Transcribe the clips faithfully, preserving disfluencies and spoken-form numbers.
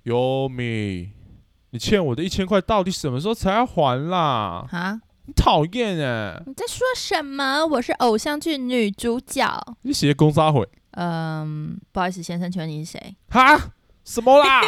Yomi，你欠我的一千块到底什么时候才要还啦？ 啊！ 你讨厌哎！ 你在说什么？我是偶像剧女主角。 你写公杀回？ 嗯，不好意思，先生，请问你是谁？ 哈？什么啦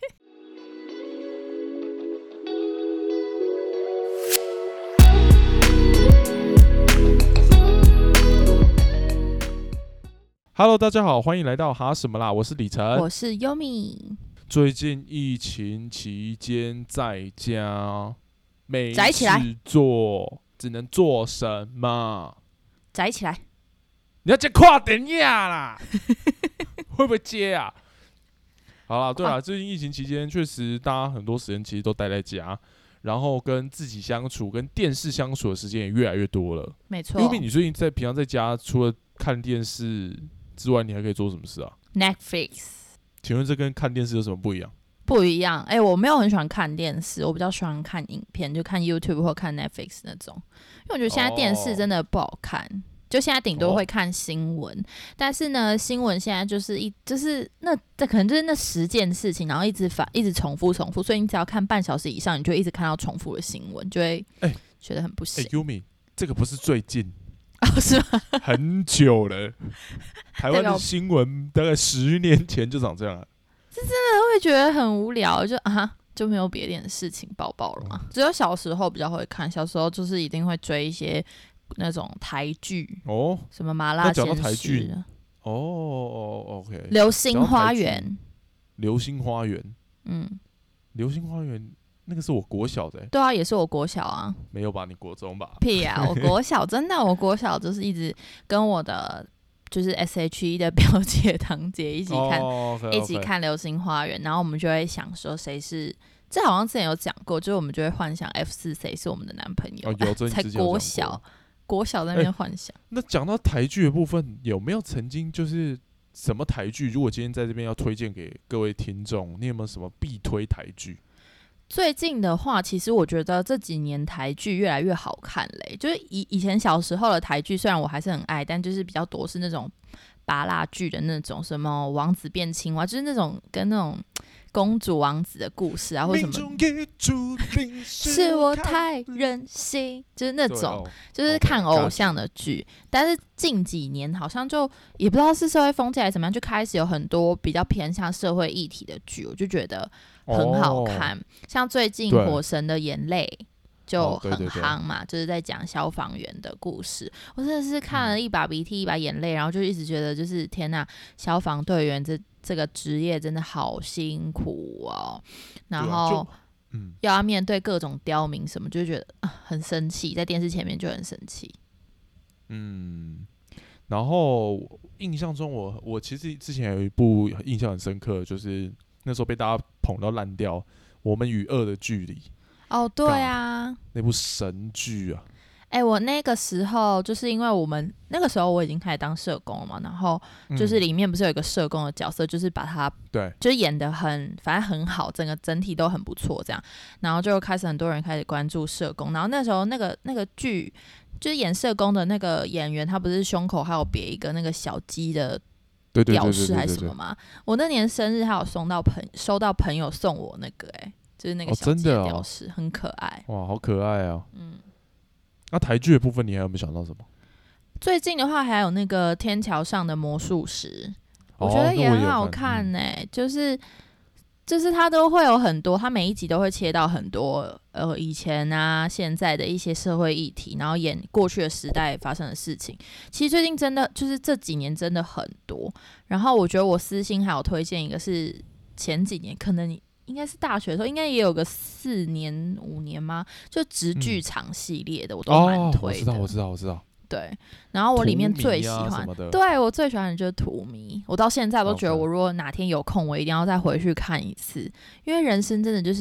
？Hello， 大家好，欢迎来到哈什么啦？我是李晨， 我是 Yomi。 最近疫情期间在家没宅起来事做，只能做什么？ 宅起来！ 你要接跨电呀啦，会不会接啊？好啦，对啦，最近疫情期间确实大家很多时间其实都待在家，然后跟自己相处、跟电视相处的时间也越来越多了。 没错。 因为你最近在平常在家，除了看电视之外，你还可以做什么事啊 Netflix。 请问这跟看电视有什么不一样？ 不一样，哎、欸，我没有很喜欢看电视，我比较喜欢看影片，就看 YouTube 或看 Netflix 那种。因为我觉得现在电视真的不好看， oh. 就现在顶多会看新闻， oh. 但是呢，新闻现在就是一就是那这可能就是那十件事情，然后一直反一直重复重复，所以你只要看半小时以上，你就会一直看到重复的新闻，就会觉得很不行。 哎、欸、，Yumi， 这个不是最近。 哦，是吗？ 很久了，台湾的新闻大概十年前就长这样了。 是真的会觉得很无聊，就啊就没有别点事情爆爆了嘛。只有小时候比较会看，小时候就是一定会追一些那种台剧哦，什么麻辣鲜师。 台剧哦哦 ，OK。 流星花园， 流星花园， 嗯， 流星花园。那个是我国小的、欸， 对啊，也是我国小啊。 没有吧？你国中吧？ 屁啊！我国小真的，我国小就是一直跟我的就是 S H E 的表姐堂姐一起看， oh, okay, okay. 一起看《流星花园》，然后我们就会想说谁是，这好像之前有讲过，就是我们就会幻想 F 四谁是我们的男朋友。 哦，有，这才国小，国小在那边幻想。 欸、那讲到台剧的部分，有没有曾经就是什么台剧？如果今天在这边要推荐给各位听众，你有没有什么必推台剧？ 最近的话，其实我觉得这几年台剧越来越好看嘞。就是以以前小时候的台剧，虽然我还是很爱，但就是比较多是那种芭乐剧的那种，什么王子变青蛙，就是那种跟那种公主王子的故事啊，或什么是我太任性，就是那种、哦、就是看偶像的剧。但是近几年好像就也不知道是社会风气还是怎么样，就开始有很多比较偏向社会议题的剧，我就觉得很好看。哦、像最近《火神的眼泪》就很夯嘛，哦、就是在讲消防员的故事。我真的是看了一把鼻涕一把眼泪，然后就一直觉得就是天哪，消防队员这这个职业真的好辛苦哦。然后嗯，又要面对各种刁民什么，就觉得、啊、很生气，在电视前面就很生气。 嗯，然后印象中我我其实之前有一部印象很深刻，就是那时候被大家捧到烂掉，《我们与恶的距离》。 哦，对啊， 那部神剧啊！ 哎、欸，我那个时候就是因为我们那个时候我已经开始当社工了嘛，然后就是里面不是有一个社工的角色，嗯、就是把他对，就是演得很，反正很好，整个整体都很不错，这样，然后就开始很多人开始关注社工，然后那时候那个那个剧就是演社工的那个演员，他不是胸口还有别一个那个小鸡的吊饰还是什么吗？我那年生日还有送到朋收到朋友送我那个、欸，哎，就是那个小鸡的吊饰、哦哦，很可爱， 哇，好可爱啊！嗯。那、啊、台剧的部分，你还有没有想到什么？ 最近的话，还有那个《天桥上的魔术师》，哦，我觉得也很好看呢、欸嗯。就是就是它都会有很多，它每一集都会切到很多呃以前啊、现在的一些社会议题，然后演过去的时代发生的事情。其实最近真的就是这几年真的很多。然后我觉得我私心还有推荐一个是前几年可能你。应该是大学的时候，应该也有个四年五年吗？就直剧场系列的，嗯、我都蛮推的、哦。我知道， 我知道，我知道。 对，然后我里面最喜欢，啊、对我最喜欢的就是《荼蘼》，我到现在都觉得，我如果哪天有空，我一定要再回去看一次，因为人生真的就是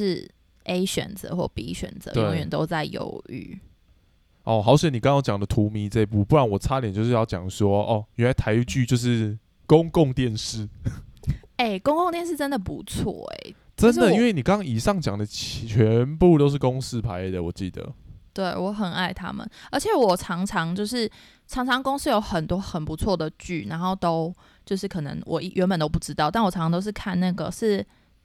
A 选择或 B 选择，永远都在犹豫。 哦，好险你刚刚讲的《荼蘼》这部，不然我差点就是要讲说，哦，原来台剧就是公共电视。 哎、欸，公共电视真的不错哎、欸。 真的，因为你刚刚以上讲的全部都是公视拍的，我记得。 对，我很爱他们，而且我常常就是常常公司有很多很不错的剧，然后都就是可能我原本都不知道，但我常常都是看那个是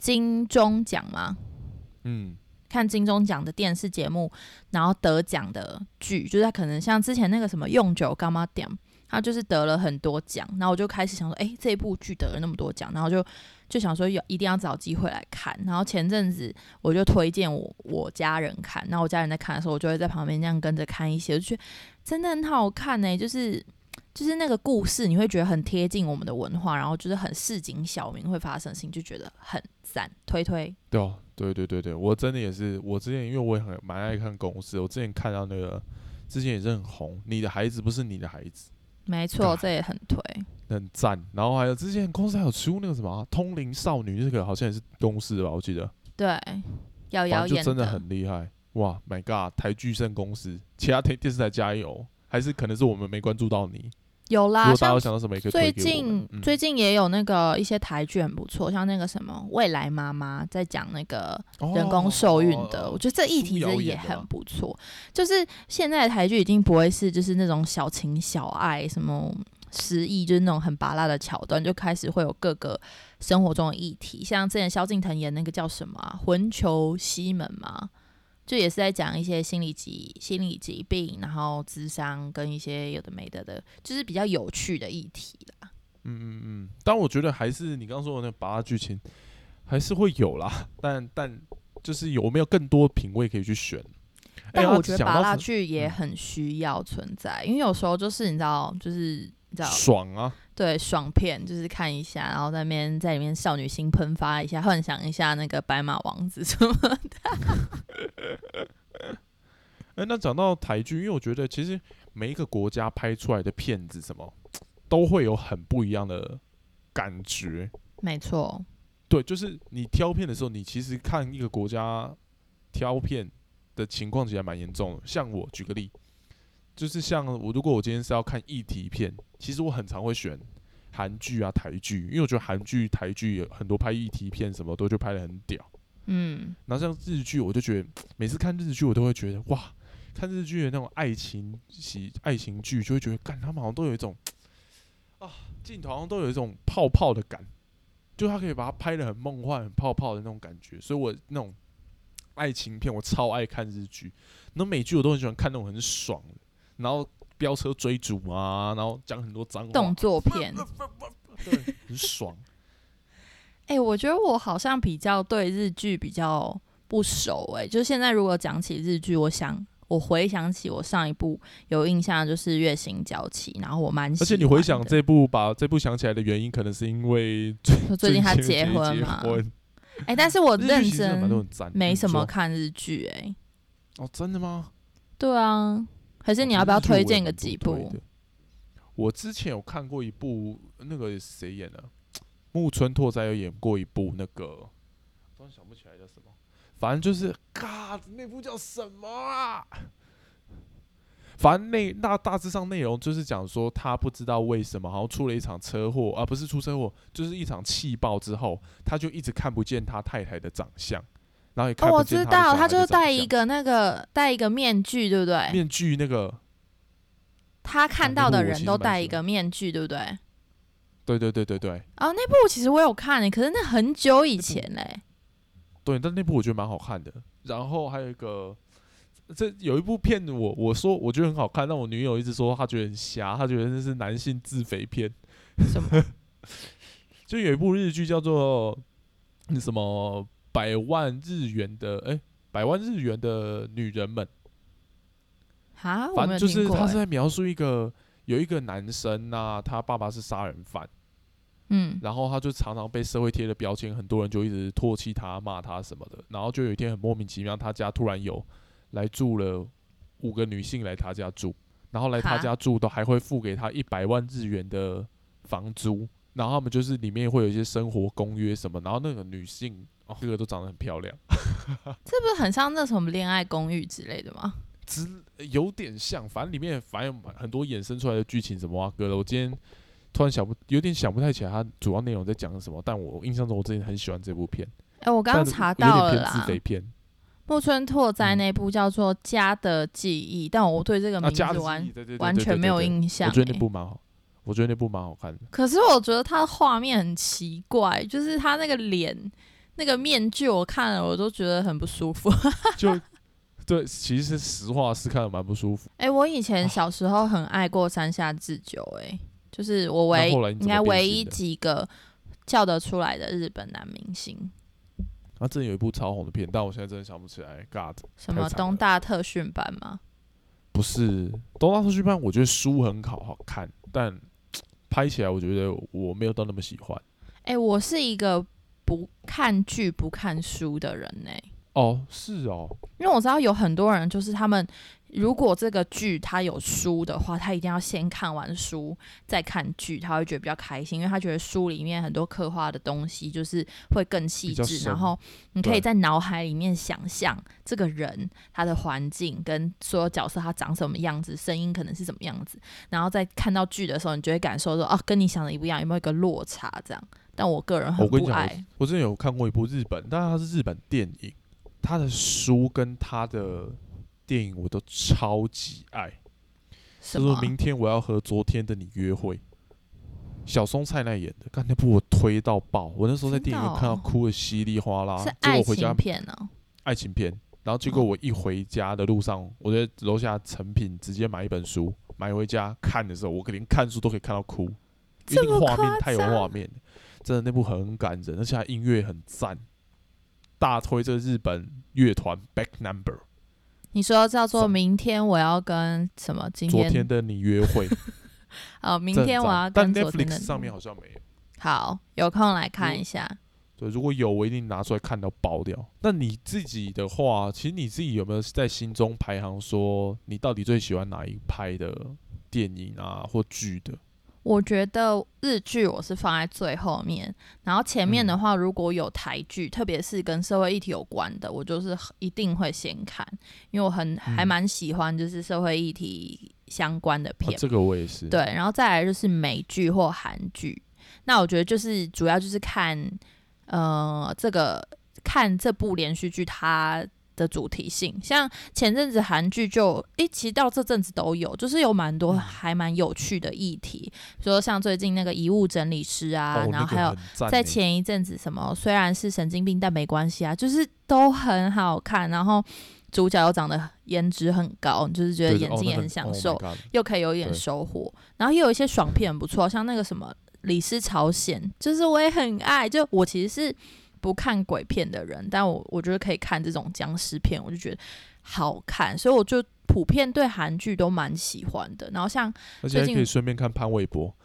金钟奖吗？ 嗯， 看金钟奖的电视节目，然后得奖的剧，就是他可能像之前那个什么用酒干嘛点，他就是得了很多奖，然后我就开始想说，哎、欸，这一部剧得了那么多奖，然后就就想说有一定要找机会来看。然后前阵子我就推荐我我家人看，然后我家人在看的时候，我就会在旁边这样跟着看一些，我就觉得真的很好看呢、欸，就是就是那个故事你会觉得很贴近我们的文化，然后就是很市井小民会发生的事情，就觉得很赞，推推。 对哦，对对对对，我真的也是，我之前因为我也很蛮爱看公司，我之前看到那个之前也是很红，你的孩子不是你的孩子。 没错，这也很推， 很赞。然后还有之前公司还有出那个什么、啊《通灵少女》，这个好像也是公司的吧，我记得。 对，瑶瑶演的， 就真的很厉害。哇 ，My God！ 台剧胜公司，其他电视台加油，还是可能是我们没关注到你。 有啦， 如果大家有想到什么，也可以推给我们。最近、 嗯、 最近也有那个一些台剧很不错，像那个什么《未来妈妈》在讲那个人工受孕的，哦、我觉得这议题真的也很不错。就是现在的台剧已经不会是就是那种小情小爱什么失忆，就是那种很拔辣的桥段，就开始会有各个生活中的议题，像之前萧敬腾演那个叫什么、啊《魂球西门》嘛。就也是在讲一些心理疾心理疾病，然后諮商跟一些有的没的的，就是比较有趣的议题啦。 嗯嗯嗯，但我觉得还是你刚刚说的那个拔辣剧情还是会有啦，但但就是有没有更多品味可以去选？ 但我觉得拔辣剧也很需要存在，嗯、因为有时候就是你知道，就是你知道爽啊。 对，爽片就是看一下，然后在那边在里面少女心喷发一下，幻想一下那个白马王子什么的。 哎，那讲到台剧，因为我觉得其实每一个国家拍出来的片子什么都会有很不一样的感觉。 没错， 对，就是你挑片的时候，你其实看一个国家挑片的情况其实还蛮严重的。像我举个例。就是像我，如果我今天是要看议题片，其实我很常会选韩剧啊、台剧，因为我觉得韩剧、台剧有很多拍议题片什么都就拍得很屌。嗯，然后像日剧，我就觉得每次看日剧，我都会觉得哇，看日剧的那种爱情喜爱情剧，就会觉得干他们好像都有一种啊镜头好像都有一种泡泡的感，就他可以把它拍得很梦幻、很泡泡的那种感觉，所以我那种爱情片我超爱看日剧，那美剧我都很喜欢看那种很爽的。然后飙车追逐啊，然后讲很多脏话， 动作片， 对，很爽。 哎、欸，我觉得我好像比较对日剧比较不熟、欸，哎，就是现在如果讲起日剧，我想我回想起我上一部有印象就是《月薪娇妻》，然后我蛮喜欢的。 而且你回想这部，把这部想起来的原因，可能是因为最最近他结婚嘛。哎、欸，但是我认真没什么看日剧、欸，哎。 哦，真的吗？ 对啊。还是你要不要推荐个几部？ 我之前有看过一部，那个谁演的？木村拓哉有演过一部，那个突然想不起来叫什么，反正就是嘎，那部叫什么啊？反正那那大致上内容就是讲说，他不知道为什么，好像出了一场车祸，啊，不是出车祸，就是一场气爆之后，他就一直看不见他太太的长相。然后也看不见他的小孩的长相。哦，我知道， 他就是戴一个那个戴一个面具，对不对？ 面具那个， 他看到的人都戴一个面具，对不对？ 对对对对对。 哦，那部其实我有看诶，可是那很久以前嘞。 对，但那部我觉得蛮好看的。然后还有一个，这有一部片我我说我觉得很好看，但我女友一直说她觉得很瞎，她觉得那是男性自肥片。 什么？ 就有一部日剧叫做什么？百万日元的哎、欸，百万日元的女人们， 哈， 反正就是他是在描述一个有一个男生呐、啊，他爸爸是杀人犯，嗯，然后他就常常被社会贴的标签，很多人就一直唾弃他、骂他什么的，然后就有一天很莫名其妙，他家突然有来住了五个女性来他家住，然后来他家住都还会付给他一百万日元的房租。然后他们就是里面会有一些生活公约什么，然后那个女性哦，这个都长得很漂亮， 这不是很像那什么恋爱公寓之类的吗？ 之有点像，反正里面反正很多衍生出来的剧情什么啊，哥的，我今天突然想不有点想不太起来，它主要内容在讲什么。但我印象中我之前很喜欢这部片。 哎、欸，我刚刚查到了啦，有点偏自肥片。 木村拓哉那部叫做《家的记忆》，但我对这个名字完、啊、 对对对对完全没有印象、欸。 我觉得那部蛮好。我觉得那部蛮好看的， 可是我觉得他的画面很奇怪，就是他那个脸， 那个面具我看了我都觉得很不舒服。 就对，其实实话是看得蛮不舒服。 哎、欸，我以前小时候很爱过山下智久、欸，哎，就是我唯应该唯一几个叫得出来的日本男明星。 他、啊、真的有一部超红的片，但我现在真的想不起来。God， 什么东大特训班吗？ 不是，东大特训班，我觉得书很好好看，但拍起来我觉得我没有到那么喜欢。 哎、欸，我是一个不看剧不看书的人呢、欸。 哦，是哦， 因为我知道有很多人就是他们，如果这个剧他有书的话，他一定要先看完书再看剧，他会觉得比较开心，因为他觉得书里面很多刻画的东西就是会更细致，然后你可以在脑海里面想象这个人他的环境跟所有角色他长什么样子，声音可能是什么样子，然后在看到剧的时候，你就会感受说，哦，跟你想的一不一样，有没有一个落差这样？但我个人很不爱。 我, 我, 我之前有看过一部日本，但它是日本电影。他的书跟他的电影我都超级爱， 什么？ 就是明天我要和昨天的你约会，小松菜奈演的，看那部我推到爆，我那时候在电影院看到哭得稀里哗啦。 是爱情片哦， 爱情片。然后结果我一回家的路上，我在楼下成品直接买一本书，买回家看的时候，我连看书都可以看到哭，因为那个画面太有画面了，真的那部很感人，而且它音乐很赞。大推这个日本乐团 Back Number， 你说叫做明天我要跟什么？今天昨天的你约会。 哦，明天我要跟昨天的你。 但 Netflix 上面好像没有。 好，有空来看一下。 对，如果有我一定拿出来看到爆掉。那你自己的话，其实你自己有没有在心中排行说，你到底最喜欢哪一派的电影啊或剧的？ 我觉得日剧我是放在最后面，然后前面的话如果有台剧，嗯、特别是跟社会议题有关的，我就是一定会先看，因为我很、嗯、还蛮喜欢就是社会议题相关的片、 啊。这个我也是。 对，然后再来就是美剧或韩剧。那我觉得就是主要就是看呃这个看这部连续剧它的主题性，像前阵子韩剧就诶，其实到这阵子都有，就是有蛮多还蛮有趣的议题，比如说像最近那个遗物整理师啊、 哦， 然后还有在前一阵子什么虽然是神经病但没关系啊，就是都很好看，然后主角又长得颜值很高，就是觉得眼睛也很享受， 哦、 又可以有一点收获，然后又有一些爽片很不错，像那个什么李尸朝鲜，就是我也很爱，就我其实是不看鬼片的人，但我我觉得可以看这种僵尸片，我就觉得好看，所以我就普遍对韩剧都蛮喜欢的。然后像而且还可以顺便看潘玮柏。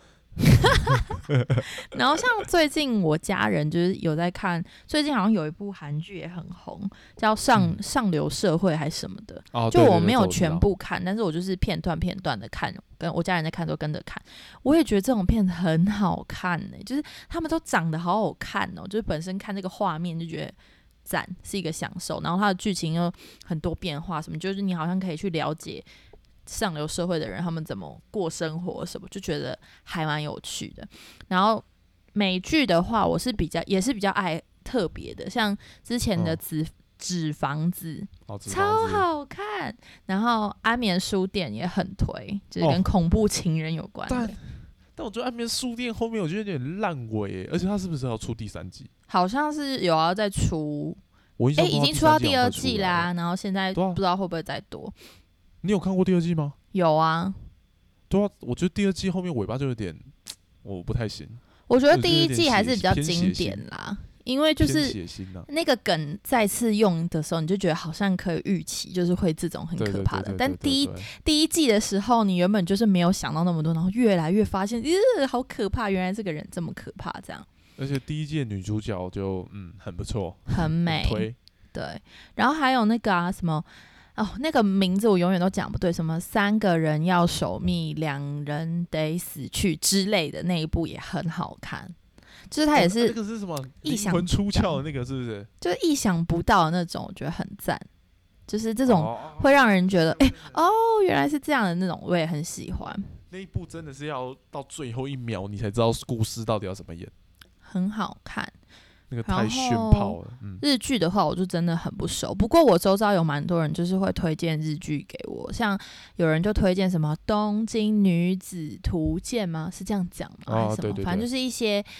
然后像最近我家人就是有在看，最近好像有一部韩剧也很红，叫上、嗯、上流社会还是什么的、 哦、 就我没有全部看，但是我就是片段片段的看，跟我家人在看都跟着看。我也觉得这种片很好看、欸、就是他们都长得好好看哦，就是本身看这个画面就觉得赞，是一个享受，然后它的剧情又很多变化什么，就是你好像可以去了解上流社会的人他们怎么过生活什么，就觉得还蛮有趣的。然后美剧的话我是比较也是比较爱特别的，像之前的纸、嗯、纸房子、 哦、纸房子超好看，然后安眠书店也很推，就是跟恐怖情人有关的、哦、 但, 但我觉得安眠书店后面我觉得有点烂尾，而且他是不是要出第三季？ 好像是有要再出， 我哎、 欸、已经出到第二季啦，然后现在不知道会不会再多。 你有看过第二季吗？ 有啊。 对啊，我觉得第二季后面尾巴就有点我不太行。 我觉得第一季还是比较经典啦，因为就是那个梗再次用的时候，你就觉得好像可以预期，就是会这种很可怕的。但第一第一季的时候，你原本就是没有想到那么多，然后越来越发现，呃，好可怕，原来这个人这么可怕，这样。 而且第一季的女主角就嗯很不错， 很美， 很推。 对，然后还有那个啊什么。哦，那个名字我永远都讲不对，什么三个人要守密，两人得死去之类的那一部也很好看，就是它也是、 哦、那个是什么灵魂出窍的那个是不是？ 就是意想不到的那种，我觉得很赞，就是这种会让人觉得哎、哦, 欸、哦原来是这样的那种，我也很喜欢。 那一部真的是要到最后一秒你才知道故事到底要怎么演， 很好看。 那个太炫炮了。嗯、 日剧的话我就真的很不熟，不过我周遭有蛮多人就是会推荐日剧给我，像有人就推荐什么东京女子图鉴吗？是这样讲吗？ 哦、 还是什么？ 对对对， 反正就是一些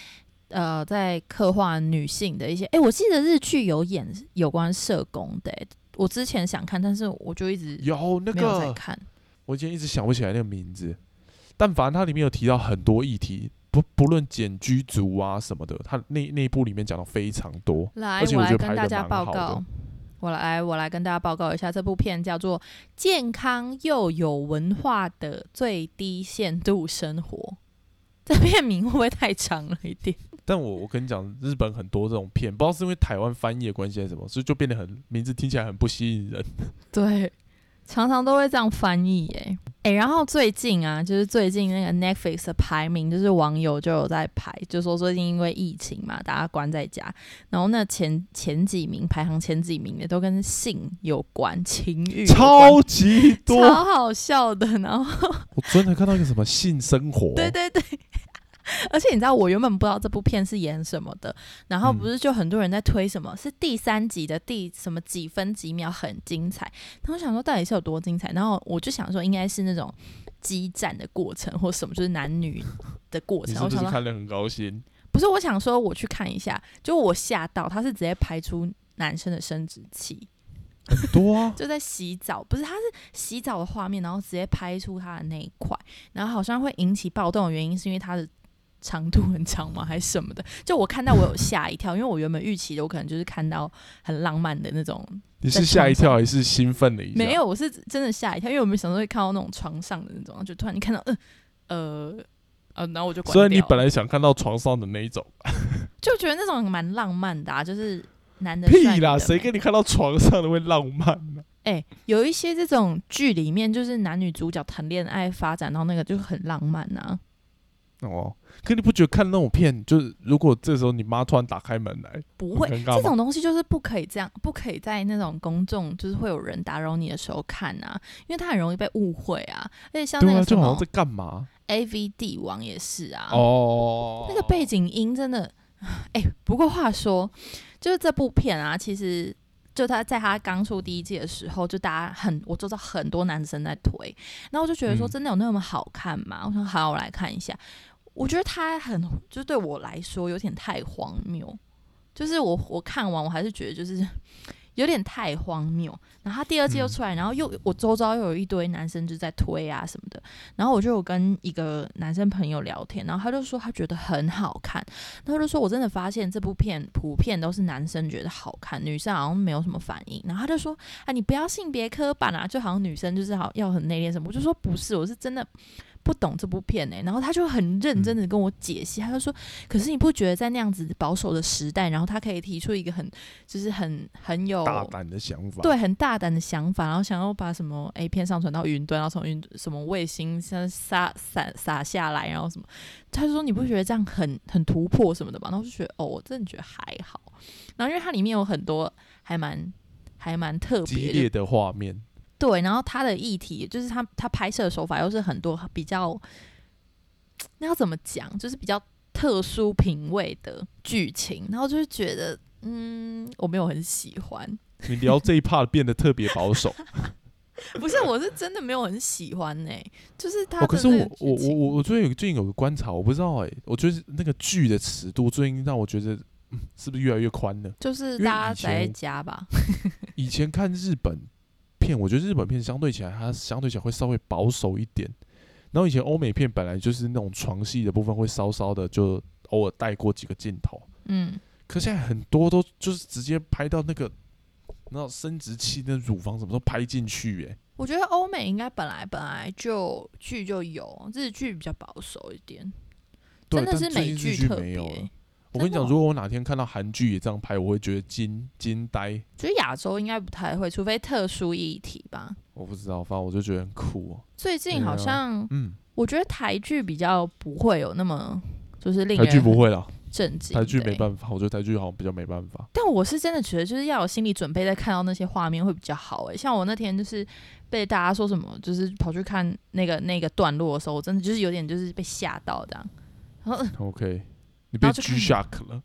呃在刻画女性的一些，哎，我记得日剧有演有关社工的，我之前想看，但是我就一直有那没有在个， 看。 我今天一直想不起来那个名字，但反正它里面有提到很多议题，不不论简居族啊什么的，它那那一部里面讲的非常多， 来， 而且我来觉得拍的跟大家报蛮好的。 告。我来，我来跟大家报告一下，这部片叫做《健康又有文化的最低限度生活》。这片名会不会太长了一点？ 但我我跟你讲，日本很多这种片，不知道是因为台湾翻译的关系还是什么，所以就变得很名字听起来很不吸引人。 对，常常都会这样翻译耶。哎、欸，然后最近啊，就是最近那个 Netflix 的排名，就是网友就有在排，就说最近因为疫情嘛，大家关在家，然后那前前几名排行前几名的都跟性有关，情欲有关， 超级多， 超好笑的。然后我昨天还看到一个什么性生活， 对对对。而且你知道，我原本不知道这部片是演什么的，然后不是就很多人在推什么、嗯、是第三集的第什么几分几秒很精彩，然后我想说到底是有多精彩，然后我就想说应该是那种激战的过程或什么，就是男女的过程。 你是不是看得很高兴？ 不是，我想说我去看一下，就我吓到，他是直接拍出男生的生殖器。 很多啊， 就在洗澡，不是，他是洗澡的画面，然后直接拍出他的那一块，然后好像会引起暴动的原因是因为他的长度很长吗，还是什么的？就我看到我有吓一跳，因为我原本预期的我可能就是看到很浪漫的那种。 你是吓一跳还是兴奋了一下？ 没有，我是真的吓一跳，因为我没想到会看到那种床上的那种，就突然看到呃呃呃，然后我就关掉了。 所以你本来想看到床上的那一种， 就觉得那种蛮浪漫的啊，就是男的屁啦，谁跟你看到床上的会浪漫呢、啊？ 哎、欸，有一些这种剧里面，就是男女主角谈恋爱发展到那个，就是很浪漫啊。 哦，可你不觉得看那种片，就是如果这时候你妈突然打开门来， 不会，这种东西就是不可以这样，不可以在那种公众，就是会有人打扰你的时候看啊，因为它很容易被误会啊。而且像那个什么， 对啊，就好像在干嘛 ？A V 帝王也是啊。 哦， 那个背景音真的，哎、欸，不过话说，就是这部片啊，其实。就他在他刚出第一季的时候，就大家很，我知道很多男生在推，然后我就觉得说，真的有那么好看吗？嗯、我说好，我来看一下。我觉得他很，就对我来说有点太荒谬，就是我我看完我还是觉得就是有点太荒谬。然后他第二季又出来，嗯、然后又我周遭又有一堆男生就在推啊什么的，然后我就有跟一个男生朋友聊天，然后他就说他觉得很好看，然后就说我真的发现这部片普遍都是男生觉得好看，女生好像没有什么反应。然后他就说啊，你不要性别刻板啊，就好像女生就是好要很内敛什么。我就说不是，我是真的不懂这部片哎、欸，然后他就很认真的跟我解析，嗯、他就说，可是你不觉得在那样子保守的时代，然后他可以提出一个很就是很很有大胆的想法， 对，很大胆的想法，然后想要把什么 A 片上传到云端，然后从云什么卫星撒撒撒下来，然后什么，他就说你不觉得这样很很突破什么的吗？然后我就觉得哦，我真的觉得还好。然后因为它里面有很多还蛮还蛮特别激烈的画面。 对，然后他的议题就是他他拍摄的手法又是很多比较，那要怎么讲，就是比较特殊品味的剧情，然后就是觉得，嗯，我没有很喜欢。 你聊这一 part 变得特别保守， 不是，我是真的没有很喜欢呢、欸，就是他、 哦。可是我我我我我最近有最近有个观察，我不知道哎、欸，我觉得那个剧的尺度最近让我觉得，嗯，是不是越来越宽了？ 就是大家宅在家吧。 以前看日本片，我觉得日本片相对起来，它相对起来会稍微保守一点。然后以前欧美片本来就是那种床戏的部分会稍稍的就偶尔带过几个镜头，嗯。可现在很多都就是直接拍到那个，然后生殖器、那乳房什么都拍进去，哎。 我觉得欧美应该本来本来就剧就有，日剧比较保守一点，真的是美剧特别。 我跟你讲，如果我哪天看到韩剧也这样拍，我会觉得惊惊呆。 觉得亚洲应该不太会，除非特殊议题吧。 我不知道，反正我就觉得很酷哦。 最近好像，嗯，我觉得台剧比较不会有那么就是令人台剧不会啦， 震惊。 台剧没办法，我觉得台剧好像比较没办法。 但我是真的觉得，就是要有心理准备，在看到那些画面会比较好。哎，像我那天就是被大家说什么，就是跑去看那个那个段落的时候，我真的就是有点就是被吓到这样。然后 OK， 你被 G shock 了。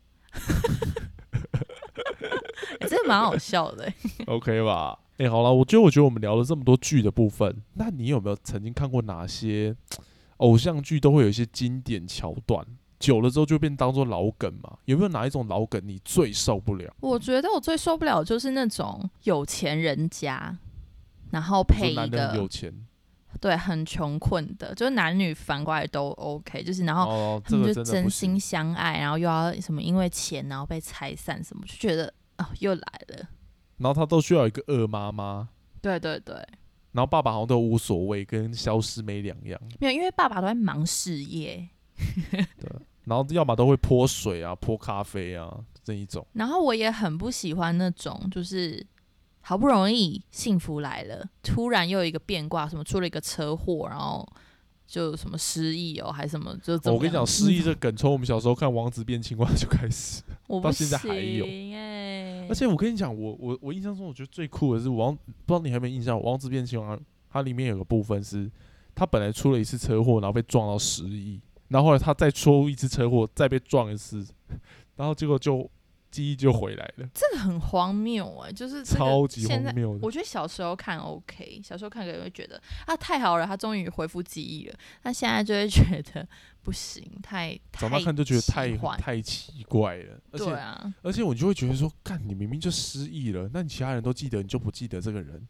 欸、真的蛮好笑的、欸、 OK 吧？哎、欸，好了，我觉得我觉得我们聊了这么多剧的部分，那你有没有曾经看过哪些偶像剧都会有一些经典桥段？ 久了之后就变当做老梗嘛？有没有哪一种老梗你最受不了？ 我觉得我最受不了就是那种有钱人家，然后配一男人很有个钱对很穷困的，就是男女反过来都 OK， 就是然后哦， 他们就这个真的不真心行。 相爱，然后又要什么因为钱然后被拆散什么，就觉得哦又来了。 然后他都需要一个恶妈妈， 对对对， 然后爸爸好像都无所谓，跟消失没两样。 没有，因为爸爸都在忙事业。 对，然后要么都会泼水啊、泼咖啡啊这一种。 然后我也很不喜欢那种，就是好不容易幸福来了，突然又有一个变卦，什么出了一个车祸，然后就什么失忆哦，还什么就怎么样、 哦我跟你讲，失忆这梗从我们小时候看《王子变青蛙》就开始， 我不到现在还有。 行欸而且我跟你讲，我我我印象中我觉得最酷的是王，不知道你有没有印象，《王子变青蛙》它里面有个部分是，他本来出了一次车祸，然后被撞到失忆，然后后来他再出一次车祸，再被撞一次，然后结果就记忆就回来了。 这个很荒谬哎、欸，就是、这个、 超级现在荒谬的。 我觉得小时候看 OK， 小时候看可能会觉得啊太好了，他终于恢复记忆了。但现在就会觉得不行，太长大看就觉得太奇幻太奇怪了，而且、 对啊， 而且我就会觉得说，干你明明就失忆了，那你其他人都记得，你就不记得这个人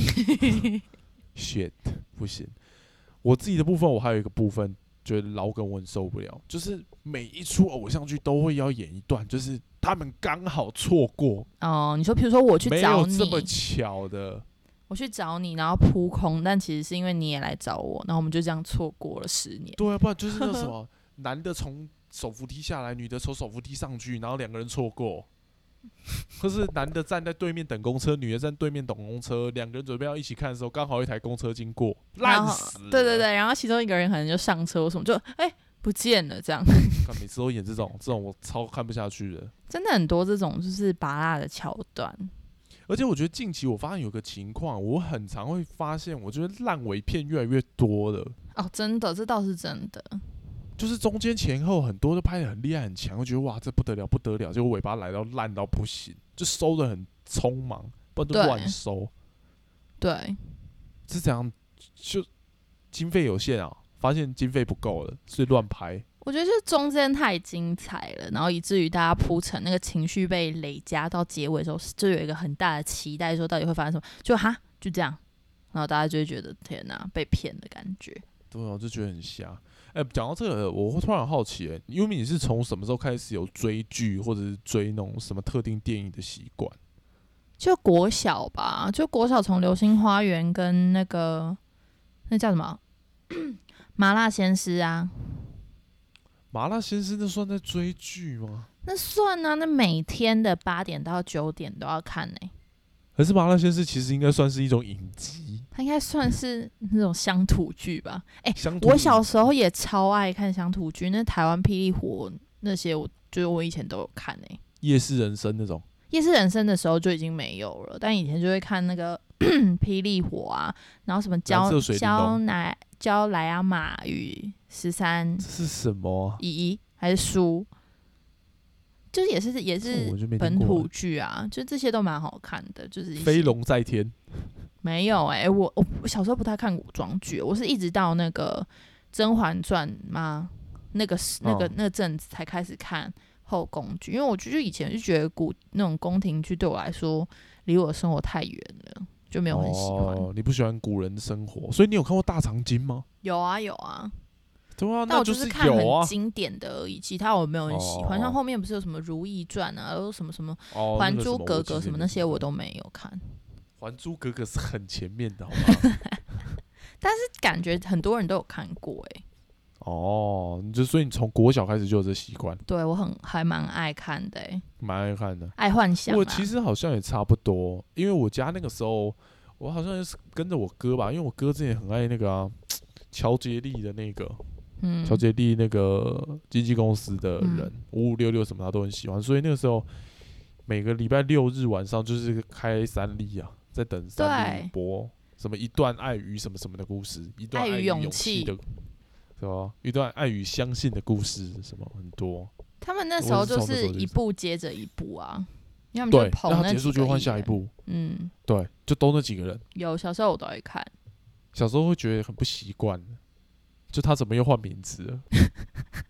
？shit， 不行。我自己的部分，我还有一个部分觉得老梗我很受不了，就是每一出偶像剧都会要演一段，就是他们刚好错过， 哦，你说，比如说我去没找你， 有这么巧的。 我去找你，然后扑空，但其实是因为你也来找我，然后我们就这样错过了十年。 对啊，不然就是那什么，男的从手扶梯下来，女的从手扶梯上去，然后两个人错过。或是男的站在对面等公车，女的站对面等公车，两个人准备要一起看的时候，刚好一台公车经过，烂死了。 对对对，然后其中一个人可能就上车，什么就哎、欸、不见了这样。 看每次都演这种，这种我超看不下去的。 真的很多这种就是拔辣的桥段。 而且我觉得近期我发现有个情况，我很常会发现，我觉得烂尾片越来越多了。 哦，真的，这倒是真的。 就是中间前后很多都拍得很厉害很强，我觉得哇这不得了不得了，结果尾巴来到烂到不行，就收得很匆忙，不然就乱收。 对， 是这样，就经费有限啊，发现经费不够了，所以乱拍。 我觉得就是中间太精彩了，然后以至于大家铺陈那个情绪被累加到结尾的时候，就有一个很大的期待，说到底会发生什么，就哈就这样，然后大家就会觉得天哪，被骗的感觉。 对啊，我就觉得很瞎。哎、欸，讲到这个，我突然好奇、欸，因为你是从什么时候开始有追剧或者是追那种什么特定电影的习惯？ 就国小吧，就国小从《流星花园》跟那个那叫什么《麻辣鲜师》啊。 麻辣鲜师那算在追剧吗？ 那算啊，那每天的八点到九点都要看呢、欸。 可是麻辣鲜师其实应该算是一种影集， 它应该算是那种乡土剧吧？哎、 欸， 我小时候也超爱看乡土剧，那台湾霹雳火那些我，我就是我以前都有看诶、欸。 夜市人生那种， 夜市人生的时候就已经没有了，但以前就会看那个霹雳火啊，然后什么焦焦奶焦莱阿玛与十三， 这是什么、啊？ 姨姨还是叔？就是也是也是本土剧啊，就这些都蛮好看的，就是飞龙在天。 没有哎、欸，我我小时候不太看古装剧，我是一直到那个《甄嬛传》嘛，那个那个那阵子才开始看后宫剧，因为我就以前就觉得古那种宫廷剧对我来说离我的生活太远了，就没有很喜欢。 哦，你不喜欢古人的生活，所以你有看过《大长今》吗？ 有啊有啊。 对啊， 但我就是看很经典的而已，其他我没有很喜欢。 哦、 像后面不是有什么《如懿传》啊，然后什么什么 《 还珠格格》什么那些我都没有看。 《还珠格格》是很前面的，好吗？ 但是感觉很多人都有看过哎、欸。 哦，你就所以你从国小开始就有这习惯？ 对，我很还蛮爱看的、欸， 蛮爱看的。 爱幻想、啊。 我其实好像也差不多，因为我家那个时候，我好像是跟着我哥吧，因为我哥之前很爱那个啊，乔杰利的那个。 嗯， 乔杰利那个经纪公司的人，五五六六什么他都很喜欢，所以那个时候每个礼拜六日晚上就是开三立啊，在等三立播什么一段爱与什么什么的故事，一段爱与勇气的，是吧？一段爱与相信的故事，什么很多。 他们那时候就是一部接着一部啊，要么就捧那几个艺人， 对，那结束就换下一部。 嗯， 对，就都那几个人。 有小时候我都会看， 小时候会觉得很不习惯。就他怎么又换名字了？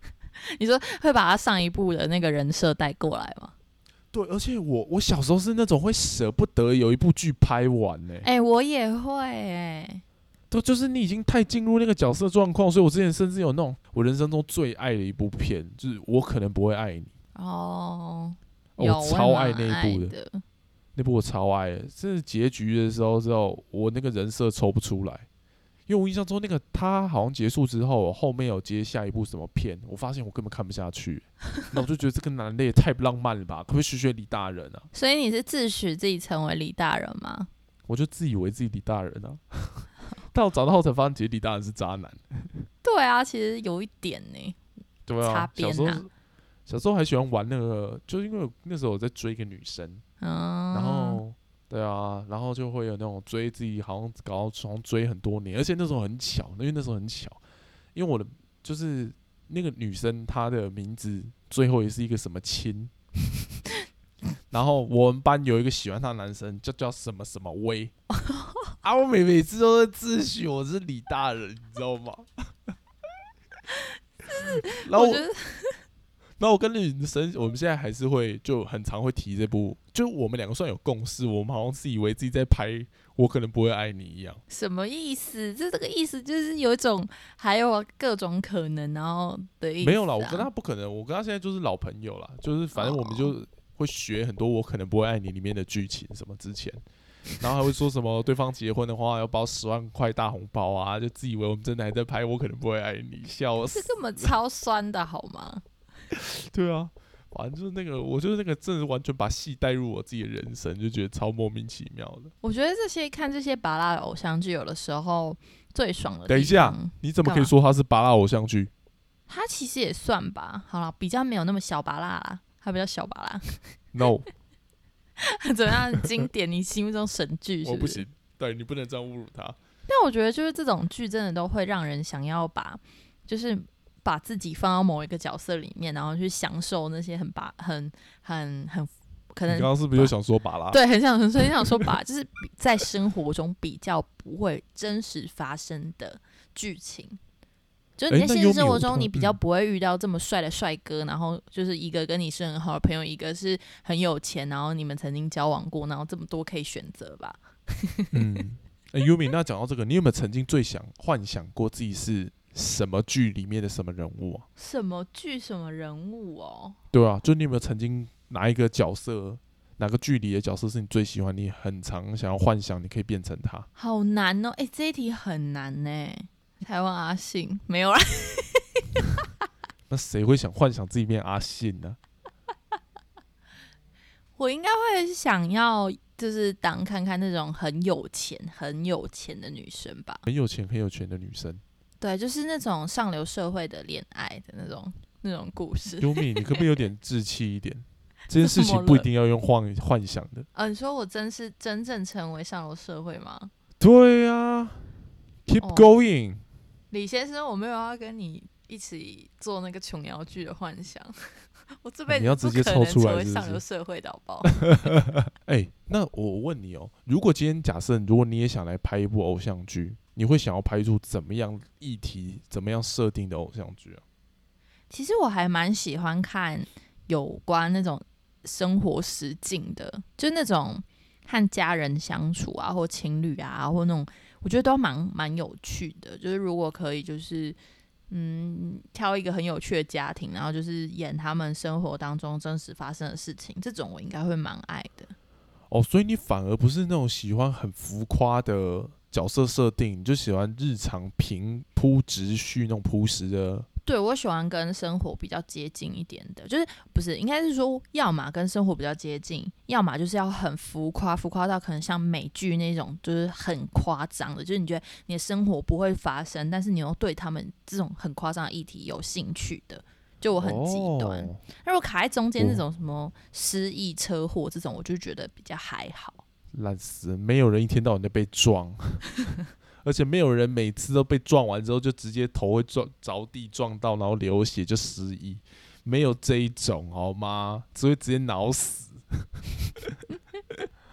你说会把他上一部的那个人设带过来吗？ 对，而且我我小时候是那种会舍不得有一部剧拍完呢、欸。 哎、欸，我也会哎、欸。 都就是你已经太进入那个角色状况，所以我之前甚至有那种我人生中最爱的一部片，就是我可能不会爱你。 哦， 哦我超爱那一部的，那部我超爱的。这结局的时候之后，我那个人设抽不出来，因为我印象中那个他好像结束之后，后面有接下一部什么片，我发现我根本看不下去，那我就觉得这个男的也太不浪漫了吧，可不可以学学李大人啊？ 所以你是自诩自己成为李大人吗？ 我就自以为自己李大人啊。但我长大后才发现，其实李大人是渣男。 对啊，其实有一点呢、欸。 对啊， 小时候小时候还喜欢玩那个，就是因为那时候我在追一个女生， 嗯， 然后对啊，然后就会有那种追自己，好像搞到好像追很多年，而且那时候很巧，因为那时候很巧，因为我的就是那个女生她的名字最后也是一个什么亲。然后我们班有一个喜欢他的男生，叫叫什么什么威啊，我每每次都在自诩我是李大人，你知道吗？然后我，我然后我跟女生，我们现在还是会就很常会提这部，就我们两个算有共识，我们好像自以为自己在拍《我可能不会爱你》一样。 什么意思？这这个意思就是有一种还有各种可能，然后的意思、啊。 没有啦，我跟他不可能，我跟他现在就是老朋友啦，就是反正我们就。Oh. 会学很多我可能不会爱你里面的剧情什么之前，然后还会说什么对方结婚的话要包十万块大红包啊，就自以为我们真的还在拍我可能不会爱你，笑死！ 是根本超酸的好吗？ 对啊，反正就是那个，我就是那个真的完全把戏带入我自己的人生，就觉得超莫名其妙的。 我觉得这些看这些芭乐偶像剧，有的时候最爽的地方。 等一下，你怎么可以说它是芭乐偶像剧？ 它其实也算吧，好了，比较没有那么小芭乐啦。它比较小吧啦 ，No， 怎么样经典？你心目中神剧是不是？ 我不行，对你不能这样侮辱他。 但我觉得就是这种剧真的都会让人想要把，就是把自己放到某一个角色里面，然后去享受那些很把很很很可能。 你刚刚是不是又想说拔啦？ 对，很想很想说把，就是在生活中比较不会真实发生的剧情。就是你在现实生活中，你比较不会遇到这么帅的帅哥，然后就是一个跟你是很好的朋友，一个是很有钱，然后你们曾经交往过，然后这么多可以选择吧。 嗯，欸、Yumi， 那讲到这个，你有没有曾经最想幻想过自己是什么剧里面的什么人物啊？ 什么剧什么人物哦？ 对啊，就你有没有曾经哪一个角色，哪个剧里的角色是你最喜欢，你很常想要幻想你可以变成他？ 好难哦，哎、欸，这一题很难呢。台湾阿信没有啦。 那谁会想幻想自己变阿信呢？ 我应该会想要，就是当看看那种很有钱、很有钱的女生吧。 很有钱、很有权的女生。 对，就是那种上流社会的恋爱的那种那种故事。 优米，你可不可以有点志气一点？这件事情不一定要用幻幻想的。 呃，你说我真是真正成为上流社会吗？ 对啊 ，Keep going。哦李先生，我没有要跟你一起做那个琼瑶剧的幻想，我这辈子不可能成为上流社会的好不好？ 哎、欸，那我问你哦，如果今天假设，如果你也想来拍一部偶像剧，你会想要拍出怎么样议题、怎么样设定的偶像剧啊？ 其实我还蛮喜欢看有关那种生活实境的，就那种和家人相处啊，或情侣啊，或那种。我觉得都蛮蛮有趣的，就是如果可以，就是嗯，挑一个很有趣的家庭，然后就是演他们生活当中真实发生的事情，这种我应该会蛮爱的。 哦，所以你反而不是那种喜欢很浮夸的角色设定，你就喜欢日常平铺直叙那种朴实的。 对，我喜欢跟生活比较接近一点的，就是不是应该是说，要么跟生活比较接近，要么就是要很浮夸，浮夸到可能像美剧那种，就是很夸张的，就是你觉得你的生活不会发生，但是你又对他们这种很夸张的议题有兴趣的，就我很极端。那、哦、如果卡在中间那种什么失忆、车祸这种，我就觉得比较还好。 烂死，没有人一天到晚在被撞。而且没有人每次都被撞完之后就直接头会撞着地撞到，然后流血就失忆，没有这一种好吗？只会直接脑死。好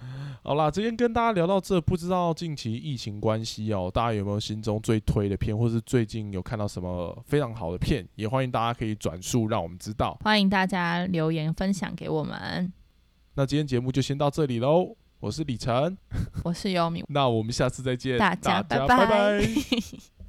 好啦，今天跟大家聊到这，不知道近期疫情关系哦，大家有没有心中最推的片，或是最近有看到什么非常好的片，也欢迎大家可以转述让我们知道。 欢迎大家留言分享给我们。 那今天节目就先到这里喽，我是李晨， 我是优米， 那我们下次再见， 大家大家拜拜拜拜